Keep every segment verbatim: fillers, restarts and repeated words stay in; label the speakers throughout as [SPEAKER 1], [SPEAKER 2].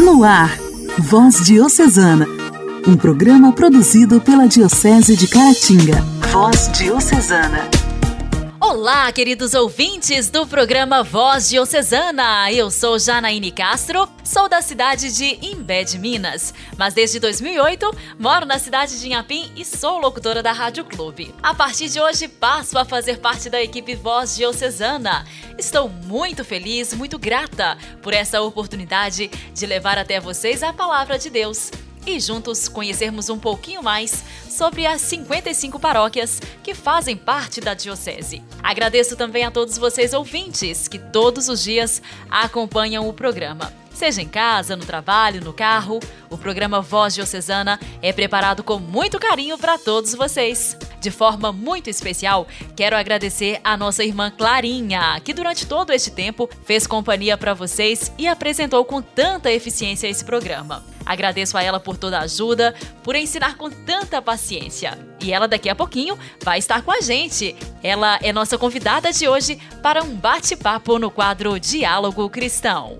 [SPEAKER 1] No ar, Voz Diocesana, um programa produzido pela Diocese de Caratinga. Voz Diocesana.
[SPEAKER 2] Olá, queridos ouvintes do programa Voz Diocesana. Eu sou Janaíne Castro, sou da cidade de Imbé de Minas, mas desde dois mil e oito moro na cidade de Inhapim e sou locutora da Rádio Clube. A partir de hoje passo a fazer parte da equipe Voz Diocesana. Estou muito feliz, muito grata por essa oportunidade de levar até vocês a palavra de Deus e juntos conhecermos um pouquinho mais sobre as cinquenta e cinco paróquias que fazem parte da Diocese. Agradeço também a todos vocês ouvintes que todos os dias acompanham o programa. Seja em casa, no trabalho, no carro, o programa Voz Diocesana é preparado com muito carinho para todos vocês. De forma muito especial, quero agradecer a nossa irmã Clarinha, que durante todo este tempo fez companhia para vocês e apresentou com tanta eficiência esse programa. Agradeço a ela por toda a ajuda, por ensinar com tanta paciência. E ela daqui a pouquinho vai estar com a gente. Ela é nossa convidada de hoje para um bate-papo no quadro Diálogo Cristão.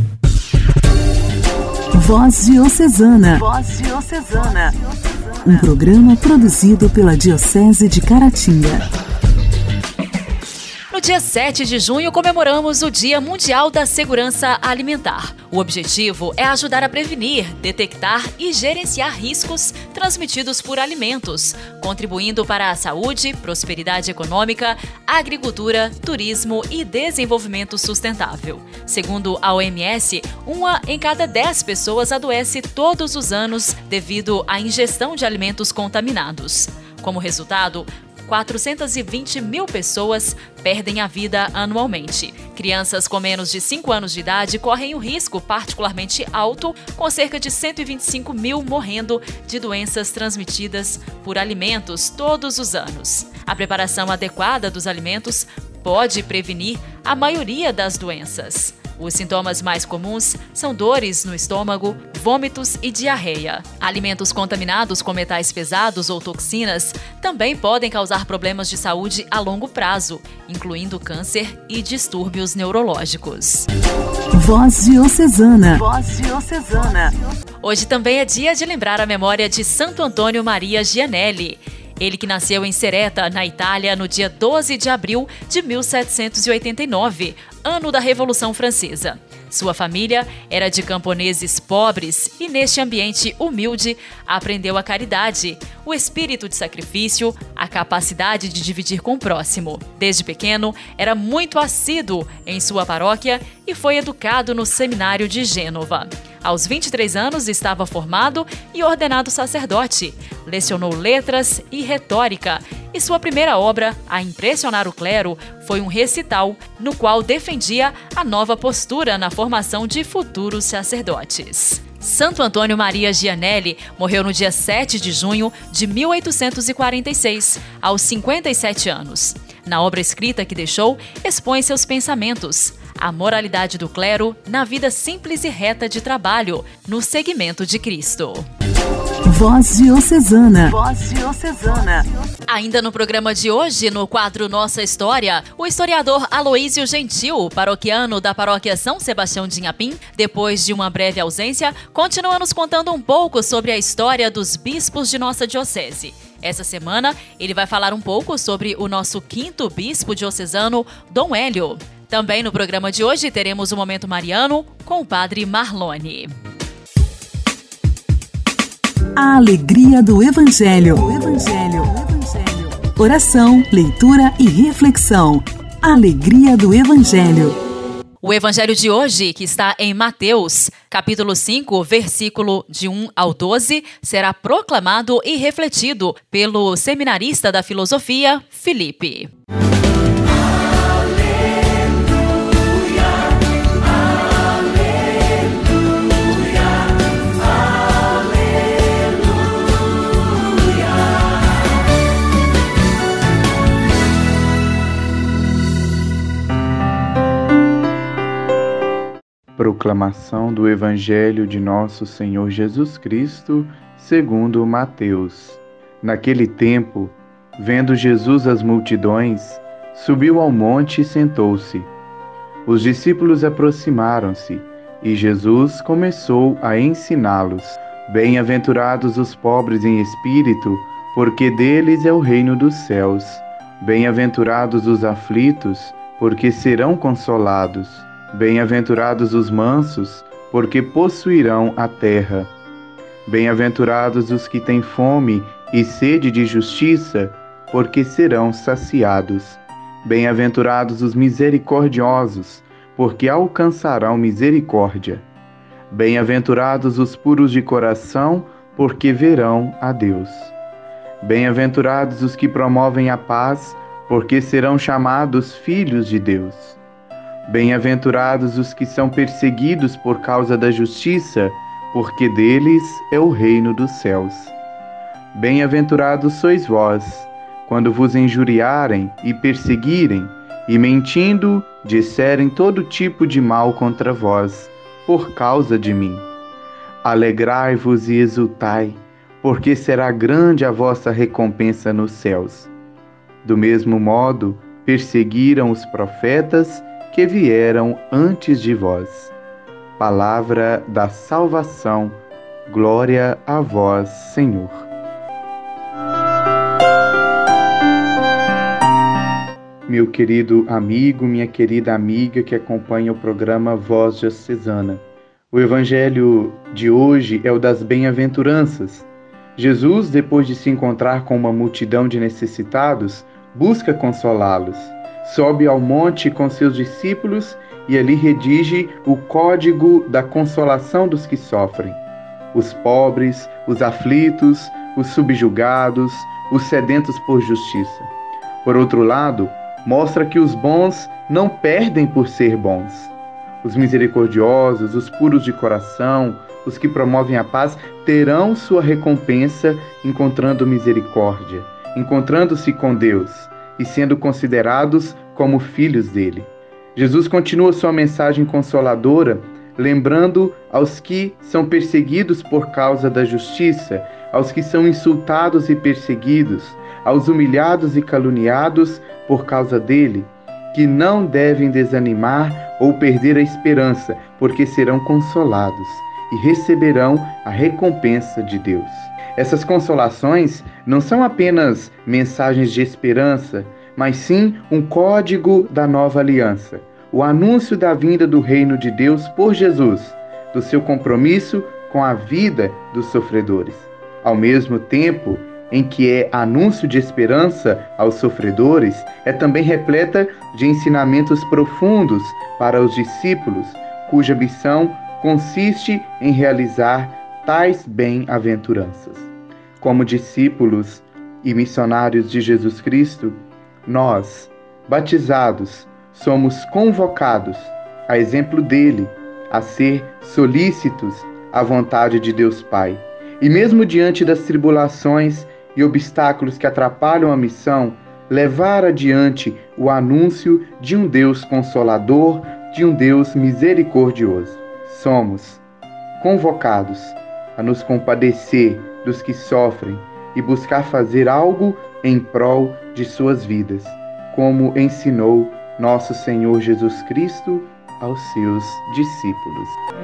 [SPEAKER 1] Voz Diocesana. Voz Diocesana. Um programa produzido pela Diocese de Caratinga.
[SPEAKER 2] No dia sete de junho, comemoramos o Dia Mundial da Segurança Alimentar. O objetivo é ajudar a prevenir, detectar e gerenciar riscos transmitidos por alimentos, contribuindo para a saúde, prosperidade econômica, agricultura, turismo e desenvolvimento sustentável. Segundo a O M S, uma em cada dez pessoas adoece todos os anos devido à ingestão de alimentos contaminados. Como resultado, quatrocentas e vinte mil pessoas perdem a vida anualmente. Crianças com menos de cinco anos de idade correm um risco particularmente alto, com cerca de cento e vinte e cinco mil morrendo de doenças transmitidas por alimentos todos os anos. A preparação adequada dos alimentos pode prevenir a maioria das doenças. Os sintomas mais comuns são dores no estômago, vômitos e diarreia. Alimentos contaminados com metais pesados ou toxinas também podem causar problemas de saúde a longo prazo, incluindo câncer e distúrbios neurológicos.
[SPEAKER 1] Voz Diocesana. Voz Diocesana.
[SPEAKER 2] Hoje também é dia de lembrar a memória de Santo Antônio Maria Gianelli. Ele que nasceu em Sereta, na Itália, no dia doze de abril de mil setecentos e oitenta e nove, ano da Revolução Francesa. Sua família era de camponeses pobres e, neste ambiente humilde, aprendeu a caridade, o espírito de sacrifício, a capacidade de dividir com o próximo. Desde pequeno, era muito assíduo em sua paróquia e foi educado no seminário de Gênova. Aos vinte e três anos, estava formado e ordenado sacerdote. Lecionou letras e retórica. E sua primeira obra, a impressionar o clero, foi um recital no qual defendia a nova postura na formação de futuros sacerdotes. Santo Antônio Maria Gianelli morreu no dia sete de junho de mil oitocentos e quarenta e seis, aos cinquenta e sete anos. Na obra escrita que deixou, expõe seus pensamentos, a moralidade do clero na vida simples e reta de trabalho, no seguimento de Cristo.
[SPEAKER 1] Voz Diocesana. Voz Diocesana.
[SPEAKER 2] Ainda no programa de hoje, no quadro Nossa História, o historiador Aloísio Gentil, paroquiano da paróquia São Sebastião de Inhapim, depois de uma breve ausência, continua nos contando um pouco sobre a história dos bispos de nossa diocese. Essa semana, ele vai falar um pouco sobre o nosso quinto bispo diocesano, Dom Hélio. Também no programa de hoje teremos o Momento Mariano com o Padre Marlone.
[SPEAKER 1] A alegria do Evangelho. O Evangelho. O Evangelho. Oração, leitura e reflexão. Alegria do Evangelho.
[SPEAKER 2] O Evangelho de hoje, que está em Mateus, capítulo cinco, versículo de um ao doze, será proclamado e refletido pelo seminarista da filosofia, Felipe.
[SPEAKER 3] Proclamação do Evangelho de Nosso Senhor Jesus Cristo, segundo Mateus. Naquele tempo, vendo Jesus as multidões, subiu ao monte e sentou-se. Os discípulos aproximaram-se E Jesus começou a ensiná-los. Bem-aventurados os pobres em espírito, porque deles é o reino dos céus. Bem-aventurados os aflitos, porque serão consolados. Bem-aventurados os mansos, porque possuirão a terra. Bem-aventurados os que têm fome e sede de justiça, porque serão saciados. Bem-aventurados os misericordiosos, porque alcançarão misericórdia. Bem-aventurados os puros de coração, porque verão a Deus. Bem-aventurados os que promovem a paz, porque serão chamados filhos de Deus. Bem-aventurados os que são perseguidos por causa da justiça, porque deles é o reino dos céus. Bem-aventurados sois vós, quando vos injuriarem e perseguirem, e mentindo, disserem todo tipo de mal contra vós, por causa de mim. Alegrai-vos e exultai, porque será grande a vossa recompensa nos céus. Do mesmo modo, perseguiram os profetas que vieram antes de vós. Palavra da salvação, glória a vós, Senhor. Meu querido amigo, minha querida amiga que acompanha o programa Voz Diocesana. O evangelho de hoje é o das bem-aventuranças. Jesus, depois de se encontrar com uma multidão de necessitados, busca consolá-los. Sobe ao monte com seus discípulos e ali redige o código da consolação dos que sofrem. Os pobres, os aflitos, os subjugados, os sedentos por justiça. Por outro lado, mostra que os bons não perdem por ser bons. Os misericordiosos, os puros de coração, os que promovem a paz, terão sua recompensa encontrando misericórdia, encontrando-se com Deus e sendo considerados como filhos dele. Jesus continua sua mensagem consoladora, lembrando aos que são perseguidos por causa da justiça, aos que são insultados e perseguidos, aos humilhados e caluniados por causa dele, que não devem desanimar ou perder a esperança, porque serão consolados e receberão a recompensa de Deus. Essas consolações não são apenas mensagens de esperança, mas sim um código da nova aliança, o anúncio da vinda do reino de Deus por Jesus, do seu compromisso com a vida dos sofredores. Ao mesmo tempo em que é anúncio de esperança aos sofredores, é também repleta de ensinamentos profundos para os discípulos, cuja missão consiste em realizar tais bem-aventuranças. Como discípulos e missionários de Jesus Cristo, nós, batizados, somos convocados, a exemplo dele, a ser solícitos à vontade de Deus Pai. E mesmo diante das tribulações e obstáculos que atrapalham a missão, levar adiante o anúncio de um Deus consolador, de um Deus misericordioso. Somos convocados a nos compadecer dos que sofrem e buscar fazer algo em prol de suas vidas, como ensinou nosso Senhor Jesus Cristo aos seus discípulos.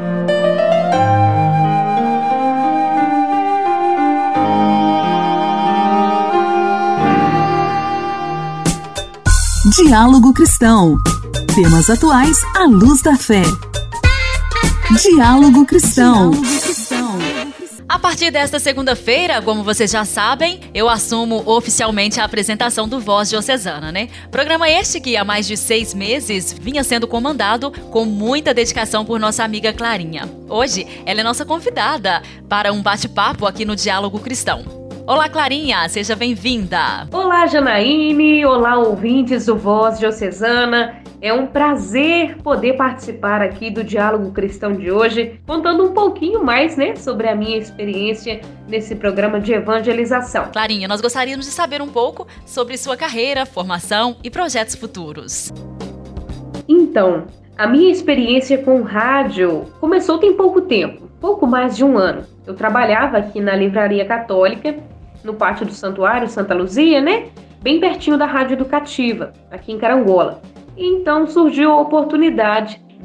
[SPEAKER 1] Diálogo Cristão. Temas atuais à luz da fé. Diálogo Cristão.
[SPEAKER 2] A partir desta segunda-feira, como vocês já sabem, eu assumo oficialmente a apresentação do Voz Diocesana, né? Programa este que há mais de seis meses vinha sendo comandado com muita dedicação por nossa amiga Clarinha. Hoje, ela é nossa convidada para um bate-papo aqui no Diálogo Cristão. Olá, Clarinha, seja bem-vinda.
[SPEAKER 4] Olá, Janaíne, olá, ouvintes do Voz Diocesana. É um prazer poder participar aqui do Diálogo Cristão de hoje, contando um pouquinho mais, né, sobre a minha experiência nesse programa de evangelização.
[SPEAKER 2] Clarinha, nós gostaríamos de saber um pouco sobre sua carreira, formação e projetos futuros.
[SPEAKER 4] Então, a minha experiência com rádio começou tem pouco tempo, pouco mais de um ano. Eu trabalhava aqui na Livraria Católica, no Pátio do Santuário Santa Luzia, né, bem pertinho da Rádio Educativa, aqui em Carangola. Então surgiu a oportunidade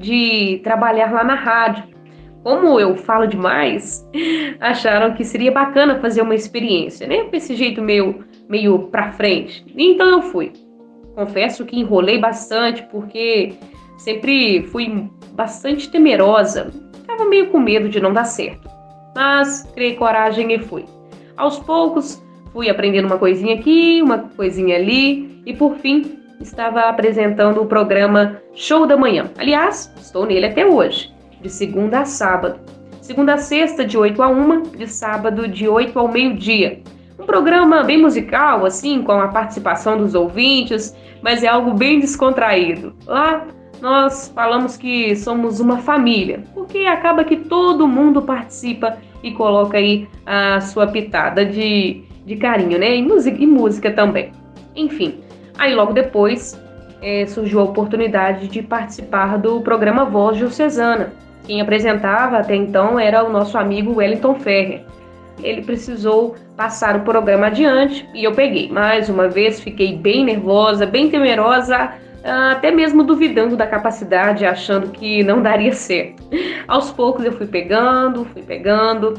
[SPEAKER 4] de trabalhar lá na rádio. Como eu falo demais, acharam que seria bacana fazer uma experiência, né? Com esse jeito meio, meio pra frente. Então eu fui. Confesso que enrolei bastante, porque sempre fui bastante temerosa. Ficava meio com medo de não dar certo. Mas criei coragem e fui. Aos poucos, fui aprendendo uma coisinha aqui, uma coisinha ali. E por fim, estava apresentando o programa Show da Manhã. Aliás, estou nele até hoje. De segunda a sábado. Segunda a sexta, de oito a uma, de sábado, de oito ao meio-dia. Um programa bem musical, assim, com a participação dos ouvintes, mas é algo bem descontraído. Lá, nós falamos que somos uma família, porque acaba que todo mundo participa e coloca aí a sua pitada de, de carinho, né? E música, e música também. Enfim, aí logo depois é, surgiu a oportunidade de participar do programa Voz Diocesana. Quem apresentava até então era o nosso amigo Wellington Ferrer. Ele precisou passar o programa adiante e eu peguei. Mais uma vez, fiquei bem nervosa, bem temerosa, até mesmo duvidando da capacidade, achando que não daria certo. Aos poucos eu fui pegando, fui pegando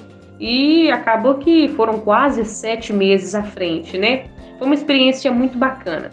[SPEAKER 4] e acabou que foram quase sete meses à frente, né? Foi uma experiência muito bacana.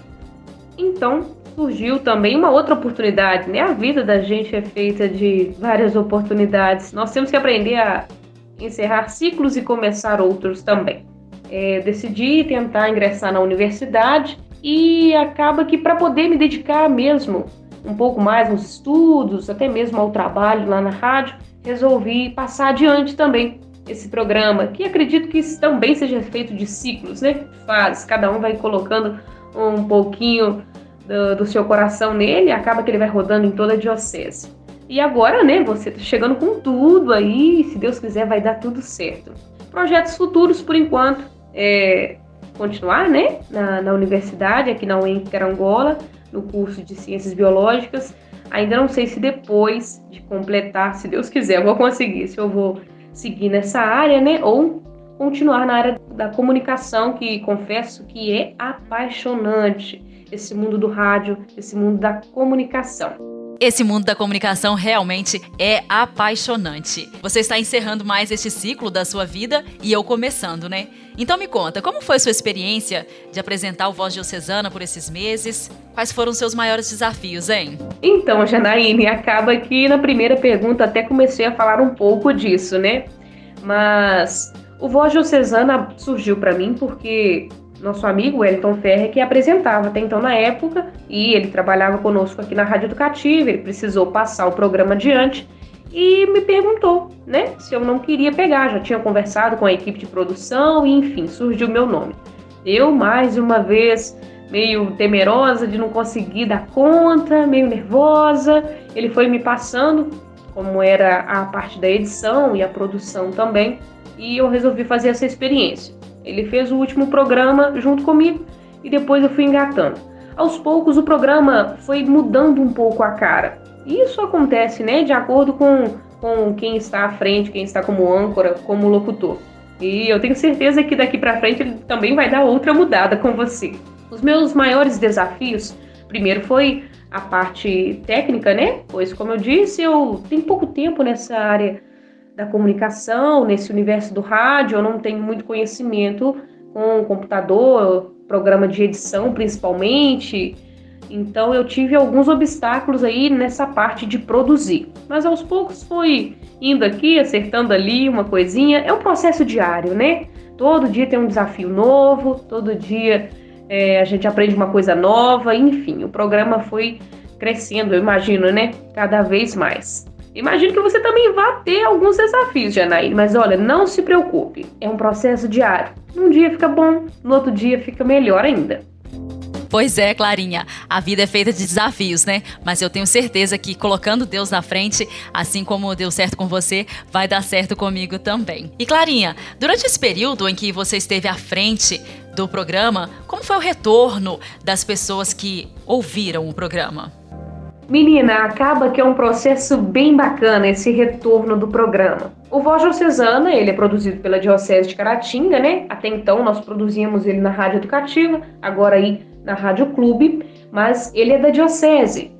[SPEAKER 4] Então, surgiu também uma outra oportunidade, né? A vida da gente é feita de várias oportunidades. Nós temos que aprender a encerrar ciclos e começar outros também. É, decidi tentar ingressar na universidade e acaba que para poder me dedicar mesmo um pouco mais nos estudos, até mesmo ao trabalho lá na rádio, resolvi passar adiante também esse programa, que acredito que também seja feito de ciclos, né? Fases, cada um vai colocando um pouquinho do, do seu coração nele, acaba que ele vai rodando em toda a diocese. E agora, né, você tá chegando com tudo aí, se Deus quiser vai dar tudo certo. Projetos futuros, por enquanto, é continuar, né, na, na universidade, aqui na U E M Carangola, no curso de Ciências Biológicas. Ainda não sei se depois de completar, se Deus quiser, eu vou conseguir, se eu vou seguir nessa área, né, ou continuar na área da comunicação, que confesso que é apaixonante, esse mundo do rádio, esse mundo da comunicação.
[SPEAKER 2] Esse mundo da comunicação realmente é apaixonante. Você está encerrando mais este ciclo da sua vida e eu começando, né? Então me conta, como foi sua experiência de apresentar o Voz Diocesana por esses meses? Quais foram os seus maiores desafios, hein?
[SPEAKER 4] Então, Janaíne, acaba que na primeira pergunta até comecei a falar um pouco disso, né? Mas o Voz Diocesana surgiu para mim porque nosso amigo Wellington Ferrer, que apresentava até então na época, e ele trabalhava conosco aqui na Rádio Educativa, ele precisou passar o programa adiante e me perguntou, né, se eu não queria pegar. Já tinha conversado com a equipe de produção e, enfim, surgiu o meu nome. Eu, mais uma vez, meio temerosa de não conseguir dar conta, meio nervosa, ele foi me passando como era a parte da edição e a produção também, e eu resolvi fazer essa experiência. Ele fez o último programa junto comigo e depois eu fui engatando. Aos poucos o programa foi mudando um pouco a cara. E isso acontece, né, de acordo com, com quem está à frente, quem está como âncora, como locutor. E eu tenho certeza que daqui para frente ele também vai dar outra mudada com você. Os meus maiores desafios, primeiro foi a parte técnica, né? Pois, como eu disse, eu tenho pouco tempo nessa área da comunicação, nesse universo do rádio, eu não tenho muito conhecimento com computador, programa de edição principalmente, então eu tive alguns obstáculos aí nessa parte de produzir, mas aos poucos fui indo aqui, acertando ali uma coisinha. É um processo diário, né? Todo dia tem um desafio novo, todo dia é, a gente aprende uma coisa nova, enfim, o programa foi crescendo, eu imagino, né? Cada vez mais. Imagino que você também vá ter alguns desafios, Janaíne, mas olha, não se preocupe, é um processo diário. Um dia fica bom, no outro dia fica melhor ainda.
[SPEAKER 2] Pois é, Clarinha, a vida é feita de desafios, né? Mas eu tenho certeza que colocando Deus na frente, assim como deu certo com você, vai dar certo comigo também. E Clarinha, durante esse período em que você esteve à frente do programa, como foi o retorno das pessoas que ouviram o programa?
[SPEAKER 4] Menina, acaba que é um processo bem bacana esse retorno do programa. O Voz Diocesana, ele é produzido pela Diocese de Caratinga, né? Até então nós produzíamos ele na Rádio Educativa, agora aí na Rádio Clube, mas ele é da Diocese.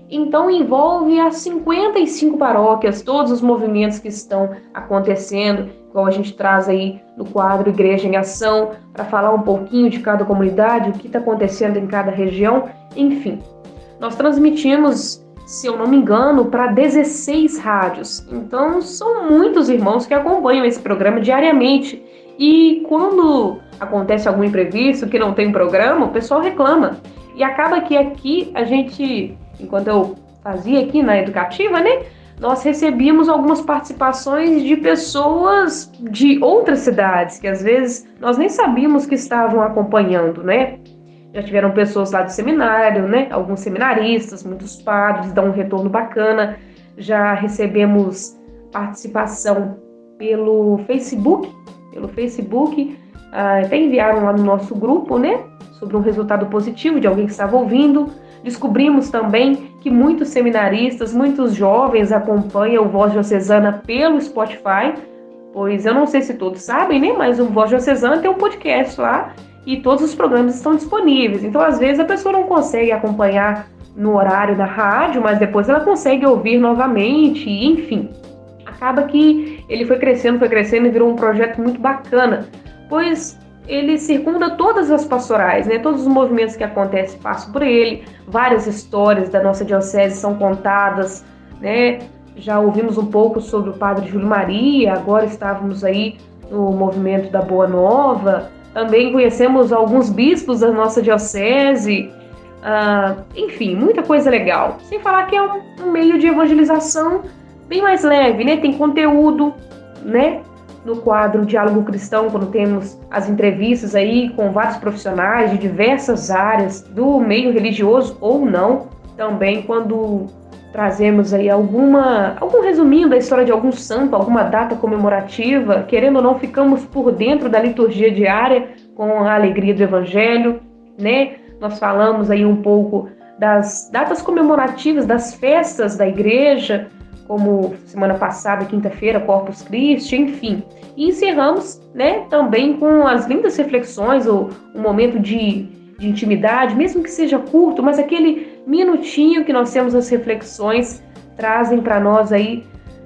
[SPEAKER 4] Então envolve as cinquenta e cinco paróquias, todos os movimentos que estão acontecendo, igual a gente traz aí no quadro Igreja em Ação, para falar um pouquinho de cada comunidade, o que está acontecendo em cada região, enfim. Nós transmitimos, se eu não me engano, para dezesseis rádios. Então são muitos irmãos que acompanham esse programa diariamente. E quando acontece algum imprevisto, que não tem programa, o pessoal reclama. E acaba que aqui a gente, enquanto eu fazia aqui na Educativa, né, nós recebíamos algumas participações de pessoas de outras cidades, que às vezes nós nem sabíamos que estavam acompanhando, né? Já tiveram pessoas lá do seminário, né? Alguns seminaristas, muitos padres, dão um retorno bacana. Já recebemos participação pelo Facebook, pelo Facebook, uh, até enviaram lá no nosso grupo, né? Sobre um resultado positivo de alguém que estava ouvindo. Descobrimos também que muitos seminaristas, muitos jovens acompanham o Voz Diocesana pelo Spotify, pois eu não sei se todos sabem, né? Mas o Voz Diocesana tem um podcast lá e todos os programas estão disponíveis. Então, às vezes, a pessoa não consegue acompanhar no horário da rádio, mas depois ela consegue ouvir novamente, enfim. Acaba que ele foi crescendo, foi crescendo e virou um projeto muito bacana, pois ele circunda todas as pastorais, né? Todos os movimentos que acontecem passam por ele, várias histórias da nossa diocese são contadas, né? Já ouvimos um pouco sobre o Padre Júlio Maria, agora estávamos aí no movimento da Boa Nova, também conhecemos alguns bispos da nossa diocese, ah, enfim, muita coisa legal. Sem falar que é um, um meio de evangelização bem mais leve, né? Tem conteúdo, né? No quadro Diálogo Cristão, quando temos as entrevistas aí com vários profissionais de diversas áreas do meio religioso ou não, também quando trazemos aí alguma, algum resuminho da história de algum santo, alguma data comemorativa, querendo ou não, ficamos por dentro da liturgia diária com a alegria do Evangelho, né? Nós falamos aí um pouco das datas comemorativas, das festas da igreja, como semana passada, quinta-feira, Corpus Christi, enfim. E encerramos, né, também com as lindas reflexões, ou um momento de, de intimidade, mesmo que seja curto, mas aquele minutinho que nós temos as reflexões trazem para nós aí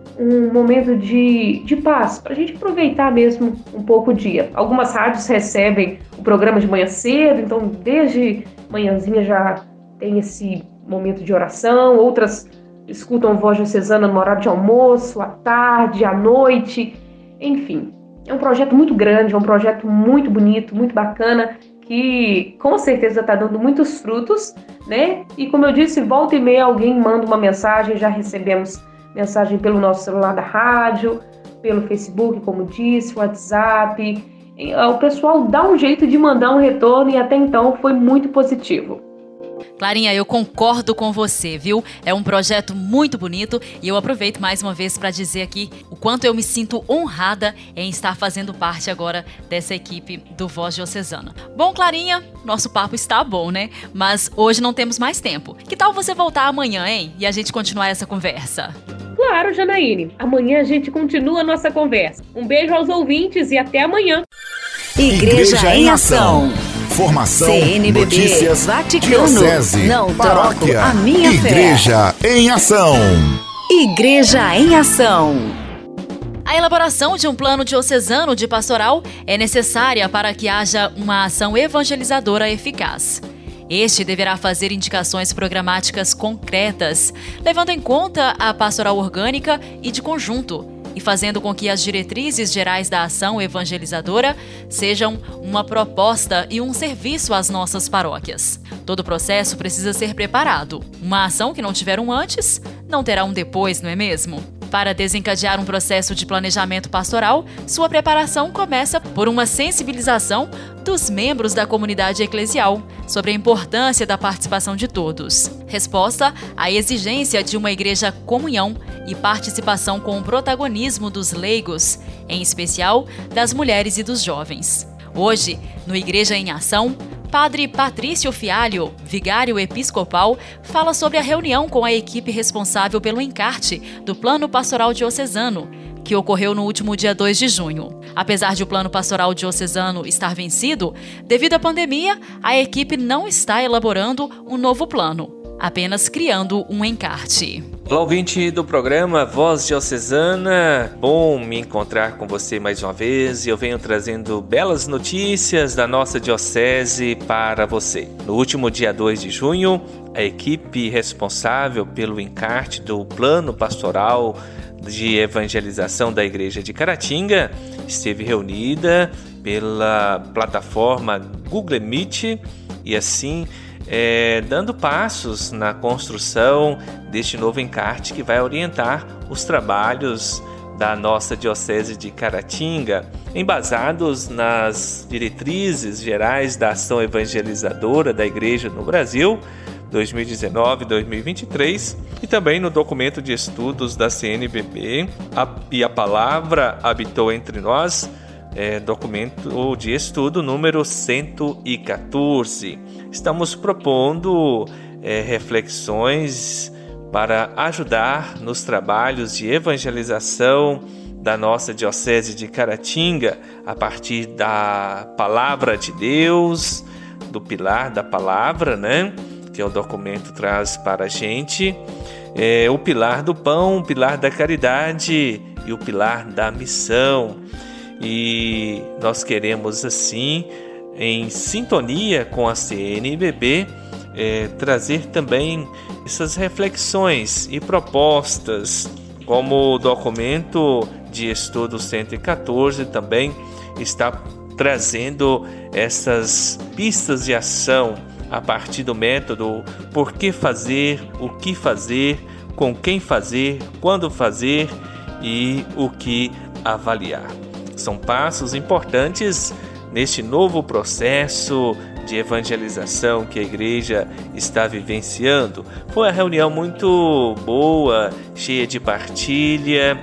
[SPEAKER 4] um momento de, de paz, para a gente aproveitar mesmo um pouco o dia. Algumas rádios recebem o programa de manhã cedo, então desde manhãzinha já tem esse momento de oração, outras escutam Voz Diocesana no horário de almoço, à tarde, à noite, enfim. É um projeto muito grande, é um projeto muito bonito, muito bacana, que com certeza está dando muitos frutos, né? E como eu disse, volta e meia alguém manda uma mensagem, já recebemos mensagem pelo nosso celular da rádio, pelo Facebook, como disse, WhatsApp. O pessoal dá um jeito de mandar um retorno e até então foi muito positivo.
[SPEAKER 2] Clarinha, eu concordo com você, viu? É um projeto muito bonito e eu aproveito mais uma vez para dizer aqui o quanto eu me sinto honrada em estar fazendo parte agora dessa equipe do Voz Diocesana. Bom, Clarinha, nosso papo está bom, né? Mas hoje não temos mais tempo. Que tal você voltar amanhã, hein? E a gente continuar essa conversa?
[SPEAKER 4] Claro, Janaíne. Amanhã a gente continua a nossa conversa. Um beijo aos ouvintes e até amanhã.
[SPEAKER 1] Igreja, Igreja em Ação.
[SPEAKER 5] Formação,
[SPEAKER 1] C N B B,
[SPEAKER 5] notícias,
[SPEAKER 1] Vaticano,
[SPEAKER 5] diocese,
[SPEAKER 1] não
[SPEAKER 5] paróquia,
[SPEAKER 1] troco a minha
[SPEAKER 5] Igreja
[SPEAKER 1] fé.
[SPEAKER 5] em Ação.
[SPEAKER 1] Igreja em Ação.
[SPEAKER 2] A elaboração de um plano diocesano de pastoral é necessária para que haja uma ação evangelizadora eficaz. Este deverá fazer indicações programáticas concretas, levando em conta a pastoral orgânica e de conjunto, e fazendo com que as diretrizes gerais da ação evangelizadora sejam uma proposta e um serviço às nossas paróquias. Todo o processo precisa ser preparado. Uma ação que não tiver um antes, não terá um depois, não é mesmo? Para desencadear um processo de planejamento pastoral, sua preparação começa por uma sensibilização dos membros da comunidade eclesial sobre a importância da participação de todos. Resposta à exigência de uma igreja comunhão e participação com o protagonismo dos leigos, em especial das mulheres e dos jovens. Hoje, no Igreja em Ação, Padre Patrício Fialho, vigário episcopal, fala sobre a reunião com a equipe responsável pelo encarte do Plano Pastoral Diocesano, que ocorreu no último dia dois de junho. Apesar de o Plano Pastoral Diocesano estar vencido, devido à pandemia, a equipe não está elaborando um novo plano. apenas criando um encarte.
[SPEAKER 5] Olá, ouvinte do programa Voz Diocesana, bom me encontrar com você mais uma vez e eu venho trazendo belas notícias da nossa diocese para você. No último dia dois de junho, a equipe responsável pelo encarte do Plano Pastoral de Evangelização da Igreja de Caratinga esteve reunida pela plataforma Google Meet e assim É, dando passos na construção deste novo encarte que vai orientar os trabalhos da nossa Diocese de Caratinga, embasados nas diretrizes gerais da ação evangelizadora da Igreja no Brasil, dois mil e dezenove a dois mil e vinte e três, e também no documento de estudos da C N B B, a, e a Palavra habitou entre nós, É, documento de estudo número cento e quatorze. Estamos propondo é, reflexões para ajudar nos trabalhos de evangelização da nossa Diocese de Caratinga a partir da Palavra de Deus, do Pilar da Palavra, né? Que é o documento traz para a gente, é, o Pilar do Pão, o Pilar da Caridade e o Pilar da Missão. E nós queremos assim, em sintonia com a C N B B, é, trazer também essas reflexões e propostas, como o documento de estudo cento e quatorze também está trazendo essas pistas de ação a partir do método por que fazer, o que fazer, com quem fazer, quando fazer e o que avaliar. São passos importantes neste novo processo de evangelização que a igreja está vivenciando. Foi uma reunião muito boa, cheia de partilha,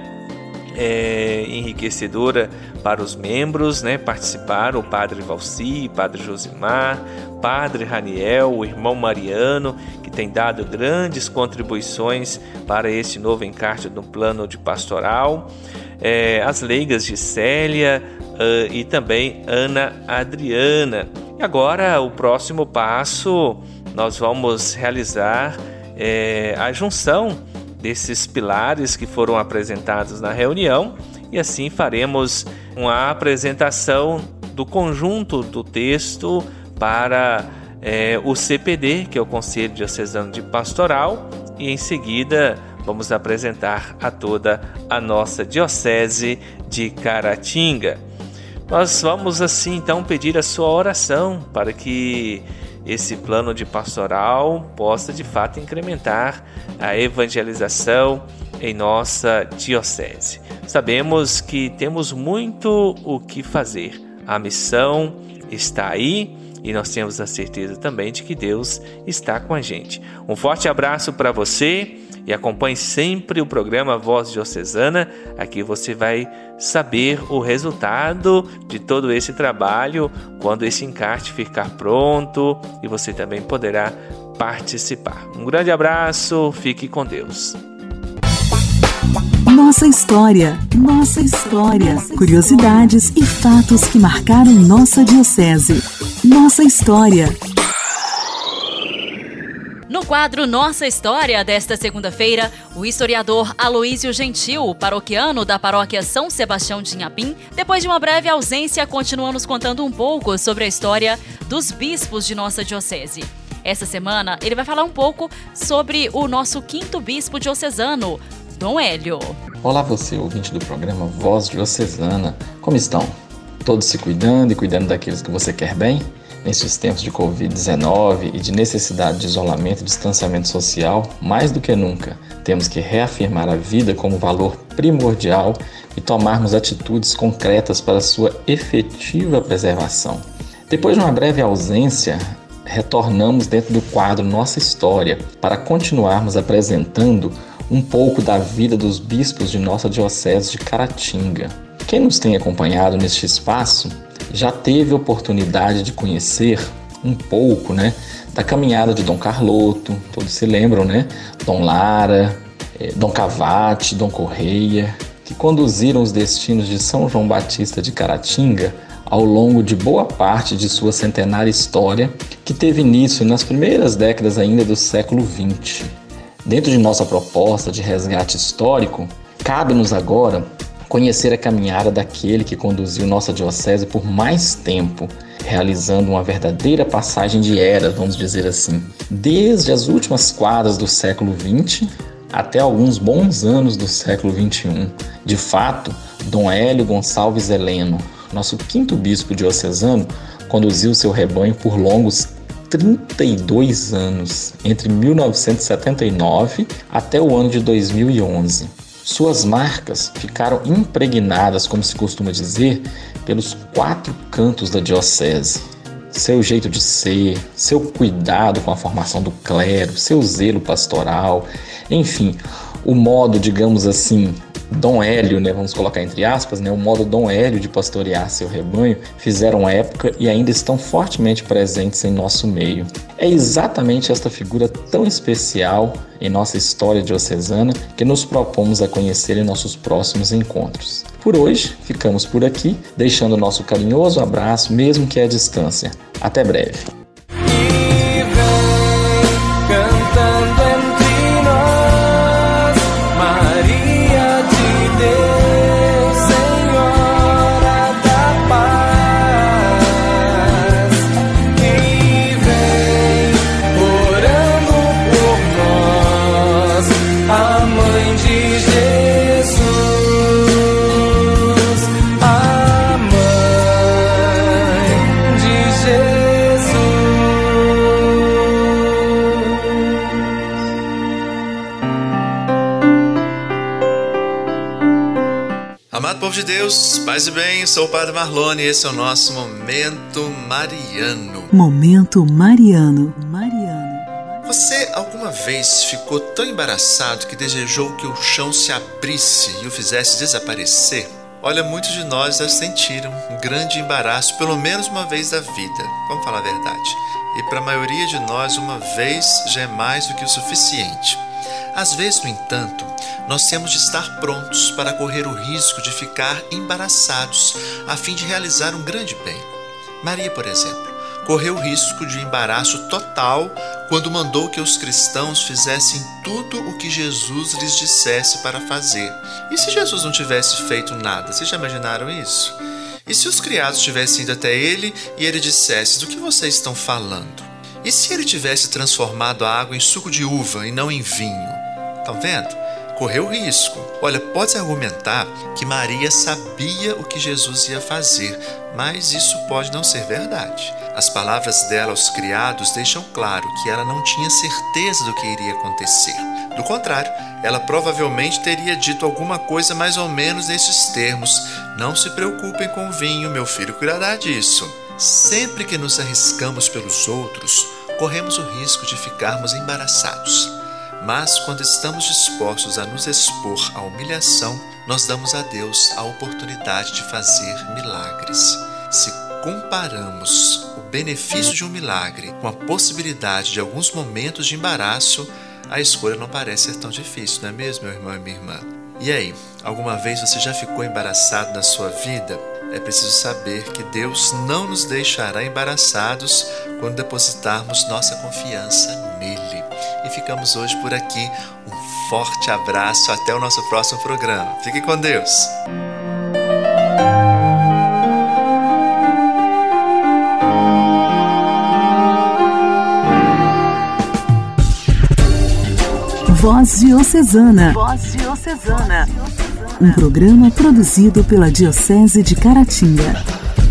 [SPEAKER 5] é, enriquecedora para os membros, né? Participaram o Padre Valci, Padre Josimar, Padre Raniel, o irmão Mariano, que tem dado grandes contribuições para este novo encarte do plano de pastoral. É, as leigas de Célia uh, e também Ana Adriana. E agora o próximo passo, nós vamos realizar é, a junção desses pilares que foram apresentados na reunião e assim faremos uma apresentação do conjunto do texto para é, o C P D, que é o Conselho Diocesano de Pastoral, e em seguida vamos apresentar a toda a nossa Diocese de Caratinga. Nós vamos assim então pedir a sua oração para que esse plano de pastoral possa de fato incrementar a evangelização em nossa Diocese. Sabemos que temos muito o que fazer. A missão está aí e nós temos a certeza também de que Deus está com a gente. Um forte abraço para você. E acompanhe sempre o programa Voz Diocesana. Aqui você vai saber o resultado de todo esse trabalho quando esse encarte ficar pronto e você também poderá participar. Um grande abraço, fique com Deus.
[SPEAKER 1] Nossa história, nossa história, curiosidades e fatos que marcaram nossa diocese. Nossa história.
[SPEAKER 2] No quadro Nossa História desta segunda-feira, o historiador Aloísio Gentil, paroquiano da paróquia São Sebastião de Inhapim, depois de uma breve ausência, continua nos contando um pouco sobre a história dos bispos de nossa diocese. Essa semana, ele vai falar um pouco sobre o nosso quinto bispo diocesano, Dom Hélio.
[SPEAKER 6] Olá você, ouvinte do programa Voz Diocesana. Como estão? Todos se cuidando e cuidando daqueles que você quer bem? Nesses tempos de covid dezenove e de necessidade de isolamento e distanciamento social, mais do que nunca, temos que reafirmar a vida como valor primordial e tomarmos atitudes concretas para sua efetiva preservação. Depois de uma breve ausência, retornamos dentro do quadro Nossa História para continuarmos apresentando um pouco da vida dos bispos de nossa Diocese de Caratinga. Quem nos tem acompanhado neste espaço já teve oportunidade de conhecer um pouco, né, da caminhada de Dom Carloto, todos se lembram, né? Dom Lara, eh, Dom Cavate, Dom Correia, que conduziram os destinos de São João Batista de Caratinga ao longo de boa parte de sua centenária história, que teve início nas primeiras décadas ainda do século vinte. Dentro de nossa proposta de resgate histórico, cabe-nos agora conhecer a caminhada daquele que conduziu nossa diocese por mais tempo, realizando uma verdadeira passagem de era, vamos dizer assim, desde as últimas quadras do século vinte até alguns bons anos do século vinte e um. De fato, Dom Hélio Gonçalves Heleno, nosso quinto bispo diocesano, conduziu seu rebanho por longos trinta e dois anos, entre mil novecentos e setenta e nove até o ano de dois mil e onze. Suas marcas ficaram impregnadas, como se costuma dizer, pelos quatro cantos da diocese. Seu jeito de ser, seu cuidado com a formação do clero, seu zelo pastoral, enfim, o modo, digamos assim, Dom Hélio, né, vamos colocar entre aspas, né, o modo Dom Hélio de pastorear seu rebanho, fizeram época e ainda estão fortemente presentes em nosso meio. É exatamente esta figura tão especial em nossa história diocesana que nos propomos a conhecer em nossos próximos encontros. Por hoje, ficamos por aqui, deixando nosso carinhoso abraço, mesmo que à distância. Até breve.
[SPEAKER 7] Povo de Deus, paz e bem, sou o Padre Marlone e esse é o nosso Momento Mariano.
[SPEAKER 1] Momento Mariano. Mariano.
[SPEAKER 7] Você alguma vez ficou tão embaraçado que desejou que o chão se abrisse e o fizesse desaparecer? Olha, muitos de nós já sentiram um grande embaraço pelo menos uma vez da vida, vamos falar a verdade. E para a maioria de nós, uma vez já é mais do que o suficiente. Às vezes, no entanto, nós temos de estar prontos para correr o risco de ficar embaraçados a fim de realizar um grande bem. Maria, por exemplo, correu o risco de embaraço total quando mandou que os cristãos fizessem tudo o que Jesus lhes dissesse para fazer. E se Jesus não tivesse feito nada? Vocês já imaginaram isso? E se os criados tivessem ido até ele e ele dissesse: do que vocês estão falando? E se ele tivesse transformado a água em suco de uva e não em vinho? Estão vendo? Correu risco. Olha, pode-se argumentar que Maria sabia o que Jesus ia fazer, mas isso pode não ser verdade. As palavras dela aos criados deixam claro que ela não tinha certeza do que iria acontecer. Do contrário, ela provavelmente teria dito alguma coisa mais ou menos nesses termos: não se preocupem com o vinho, meu filho cuidará disso. Sempre que nos arriscamos pelos outros, corremos o risco de ficarmos embaraçados. Mas quando estamos dispostos a nos expor à humilhação, nós damos a Deus a oportunidade de fazer milagres. Se comparamos o benefício de um milagre com a possibilidade de alguns momentos de embaraço, a escolha não parece ser tão difícil, não é mesmo, meu irmão e minha irmã? E aí, alguma vez você já ficou embaraçado na sua vida? É preciso saber que Deus não nos deixará embaraçados quando depositarmos nossa confiança nele. E ficamos hoje por aqui. Um forte abraço, até o nosso próximo programa. Fique com Deus.
[SPEAKER 1] Voz Diocesana. Voz Diocesana. Um programa produzido pela Diocese de Caratinga.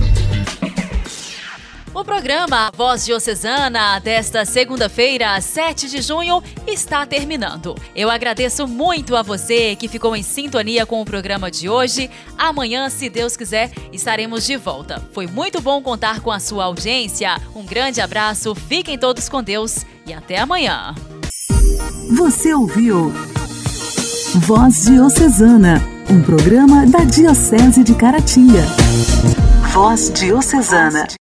[SPEAKER 2] O programa Voz Diocesana desta segunda-feira, sete de junho, está terminando. Eu agradeço muito a você que ficou em sintonia com o programa de hoje. Amanhã, se Deus quiser, estaremos de volta. Foi muito bom contar com a sua audiência. Um grande abraço, fiquem todos com Deus e até amanhã.
[SPEAKER 1] Você ouviu Voz Diocesana, um programa da Diocese de Caratinga. Voz Diocesana.